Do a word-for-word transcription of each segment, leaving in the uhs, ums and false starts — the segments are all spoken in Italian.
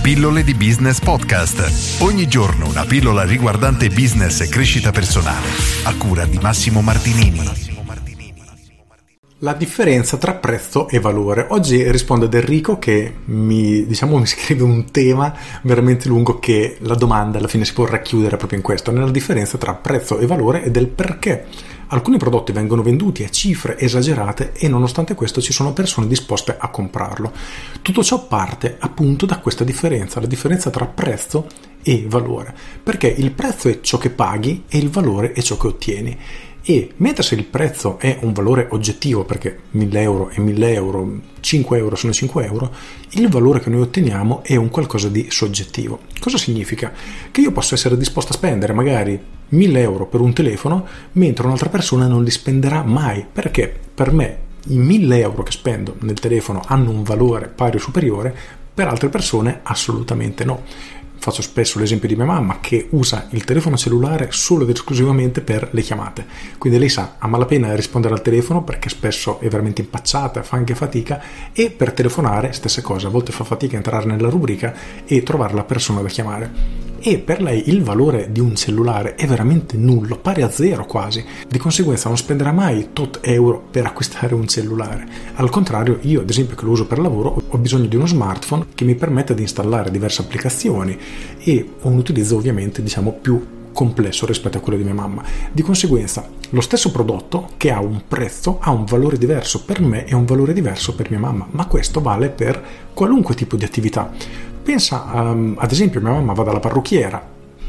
Pillole di Business Podcast. Ogni giorno una pillola riguardante business e crescita personale. A cura di Massimo Martinini. La differenza tra prezzo e valore. Oggi rispondo ad Enrico che mi, diciamo, mi scrive un tema veramente lungo che la domanda alla fine si può racchiudere proprio in questo, nella differenza tra prezzo e valore e del perché alcuni prodotti vengono venduti a cifre esagerate e nonostante questo ci sono persone disposte a comprarlo. Tutto ciò parte appunto da questa differenza, la differenza tra prezzo e valore, perché il prezzo è ciò che paghi e il valore è ciò che ottieni. E mentre se il prezzo è un valore oggettivo, perché mille euro è mille euro, cinque euro sono cinque euro, il valore che noi otteniamo è un qualcosa di soggettivo. Cosa significa? Che io posso essere disposto a spendere magari mille euro per un telefono, mentre un'altra persona non li spenderà mai, perché per me i mille euro che spendo nel telefono hanno un valore pari o superiore, per altre persone assolutamente no. Faccio spesso l'esempio di mia mamma che usa il telefono cellulare solo ed esclusivamente per le chiamate, quindi lei sa a malapena rispondere al telefono perché spesso è veramente impacciata, fa anche fatica, e per telefonare stessa cosa, a volte fa fatica a entrare nella rubrica e trovare la persona da chiamare. E per lei il valore di un cellulare è veramente nullo, pari a zero quasi, di conseguenza non spenderà mai tot euro per acquistare un cellulare. Al contrario, io ad esempio che lo uso per lavoro ho bisogno di uno smartphone che mi permetta di installare diverse applicazioni e ho un utilizzo ovviamente diciamo più complesso rispetto a quello di mia mamma. Di conseguenza lo stesso prodotto che ha un prezzo ha un valore diverso per me e un valore diverso per mia mamma, ma questo vale per qualunque tipo di attività. Pensa um, ad esempio mia mamma va dalla parrucchiera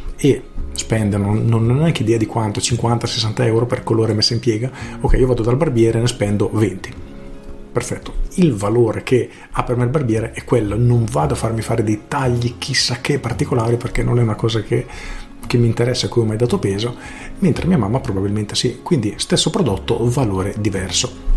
e spende, non, non ho neanche idea di quanto, cinquanta sessanta euro per colore messa in piega. Ok, io vado dal barbiere e ne spendo venti. Perfetto, il valore che ha per me il barbiere è quello, non vado a farmi fare dei tagli chissà che particolari perché non è una cosa che, che mi interessa, a cui ho mai dato peso, mentre mia mamma probabilmente sì, quindi stesso prodotto, valore diverso.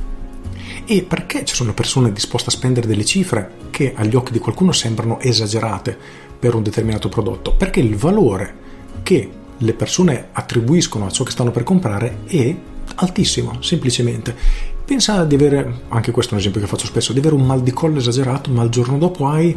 E perché ci sono persone disposte a spendere delle cifre che agli occhi di qualcuno sembrano esagerate per un determinato prodotto? Perché il valore che le persone attribuiscono a ciò che stanno per comprare è altissimo, semplicemente. Pensa di avere, anche questo è un esempio che faccio spesso, di avere un mal di collo esagerato, ma il giorno dopo hai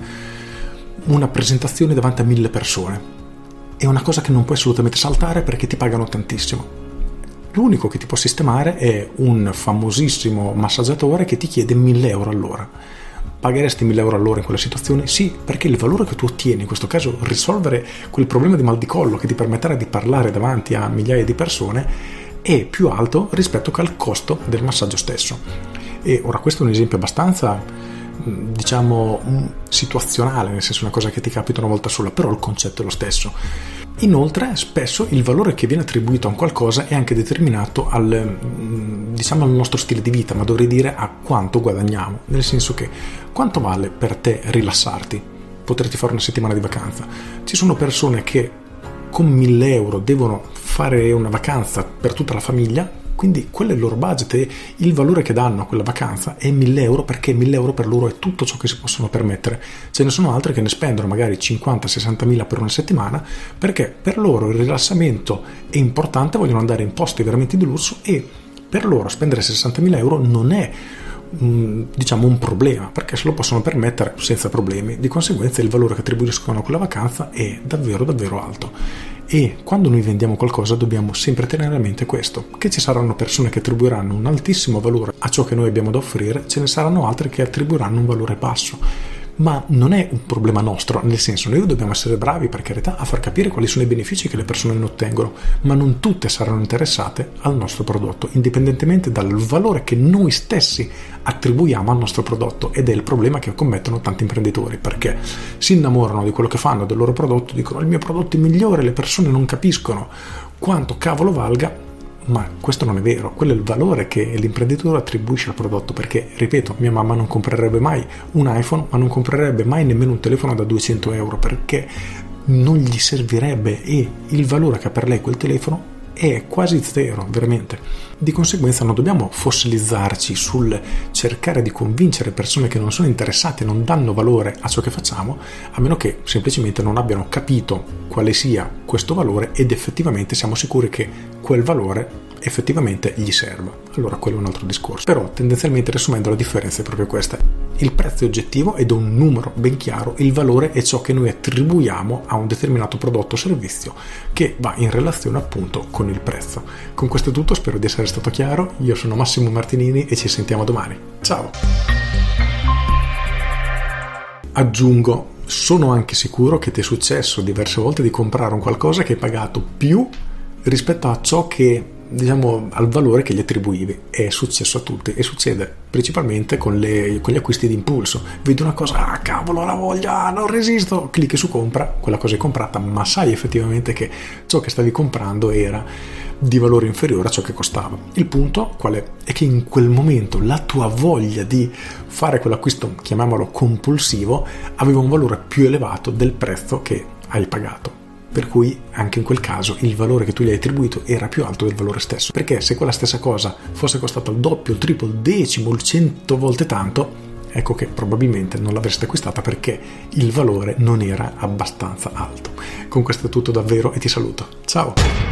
una presentazione davanti a mille persone. È una cosa che non puoi assolutamente saltare perché ti pagano tantissimo. L'unico che ti può sistemare è un famosissimo massaggiatore che ti chiede mille euro all'ora. Pagheresti mille euro all'ora in quella situazione? Sì, perché il valore che tu ottieni, in questo caso risolvere quel problema di mal di collo che ti permetterà di parlare davanti a migliaia di persone, è più alto rispetto al costo del massaggio stesso. E ora questo è un esempio abbastanza, diciamo, situazionale, nel senso una cosa che ti capita una volta sola, però il concetto è lo stesso. Inoltre spesso il valore che viene attribuito a un qualcosa è anche determinato al, diciamo, al nostro stile di vita, ma dovrei dire a quanto guadagniamo, nel senso che quanto vale per te rilassarti, potresti fare una settimana di vacanza. Ci sono persone che con mille euro devono fare una vacanza per tutta la famiglia, quindi quello è il loro budget e il valore che danno a quella vacanza è mille euro, perché mille euro per loro è tutto ciò che si possono permettere. Ce ne sono altri che ne spendono magari cinquanta sessanta mila per una settimana perché per loro il rilassamento è importante, vogliono andare in posti veramente di lusso e per loro spendere sessantamila euro non è diciamo un problema, perché se lo possono permettere senza problemi. Di conseguenza il valore che attribuiscono a quella vacanza è davvero davvero alto. E quando noi vendiamo qualcosa dobbiamo sempre tenere a mente questo, che ci saranno persone che attribuiranno un altissimo valore a ciò che noi abbiamo da offrire, ce ne saranno altre che attribuiranno un valore basso. Ma non è un problema nostro, nel senso, noi dobbiamo essere bravi, per carità, a far capire quali sono i benefici che le persone ne ottengono, ma non tutte saranno interessate al nostro prodotto, indipendentemente dal valore che noi stessi attribuiamo al nostro prodotto. Ed è il problema che commettono tanti imprenditori, perché si innamorano di quello che fanno, del loro prodotto, dicono il mio prodotto è migliore, le persone non capiscono quanto cavolo valga. Ma questo non è vero, quello è il valore che l'imprenditore attribuisce al prodotto, perché, ripeto, mia mamma non comprerebbe mai un iPhone, ma non comprerebbe mai nemmeno un telefono da duecento euro, perché non gli servirebbe e il valore che ha per lei quel telefono è quasi zero, veramente. Di conseguenza non dobbiamo fossilizzarci sul cercare di convincere persone che non sono interessate, non danno valore a ciò che facciamo, a meno che semplicemente non abbiano capito quale sia questo valore ed effettivamente siamo sicuri che quel valore effettivamente gli serva. Allora quello è un altro discorso. Però tendenzialmente, riassumendo, la differenza è proprio questa. Il prezzo è oggettivo ed è un numero ben chiaro, il valore è ciò che noi attribuiamo a un determinato prodotto o servizio che va in relazione appunto con il prezzo. Con questo è tutto, spero di essere stato chiaro. Io sono Massimo Martinini e ci sentiamo domani. Ciao! Aggiungo, sono anche sicuro che ti è successo diverse volte di comprare un qualcosa che hai pagato più rispetto a ciò che, diciamo, al valore che gli attribuivi. È successo a tutti e succede principalmente con, le, con gli acquisti di impulso. Vedi una cosa, ah cavolo, la voglia, non resisto, clicchi su compra, quella cosa è comprata, ma sai effettivamente che ciò che stavi comprando era di valore inferiore a ciò che costava. Il punto qual è? È che in quel momento la tua voglia di fare quell'acquisto, chiamiamolo compulsivo, aveva un valore più elevato del prezzo che hai pagato. Per cui anche in quel caso il valore che tu gli hai attribuito era più alto del valore stesso. Perché se quella stessa cosa fosse costata il doppio, il triplo, il decimo, il cento volte tanto, ecco che probabilmente non l'avreste acquistata perché il valore non era abbastanza alto. Con questo è tutto davvero e ti saluto. Ciao!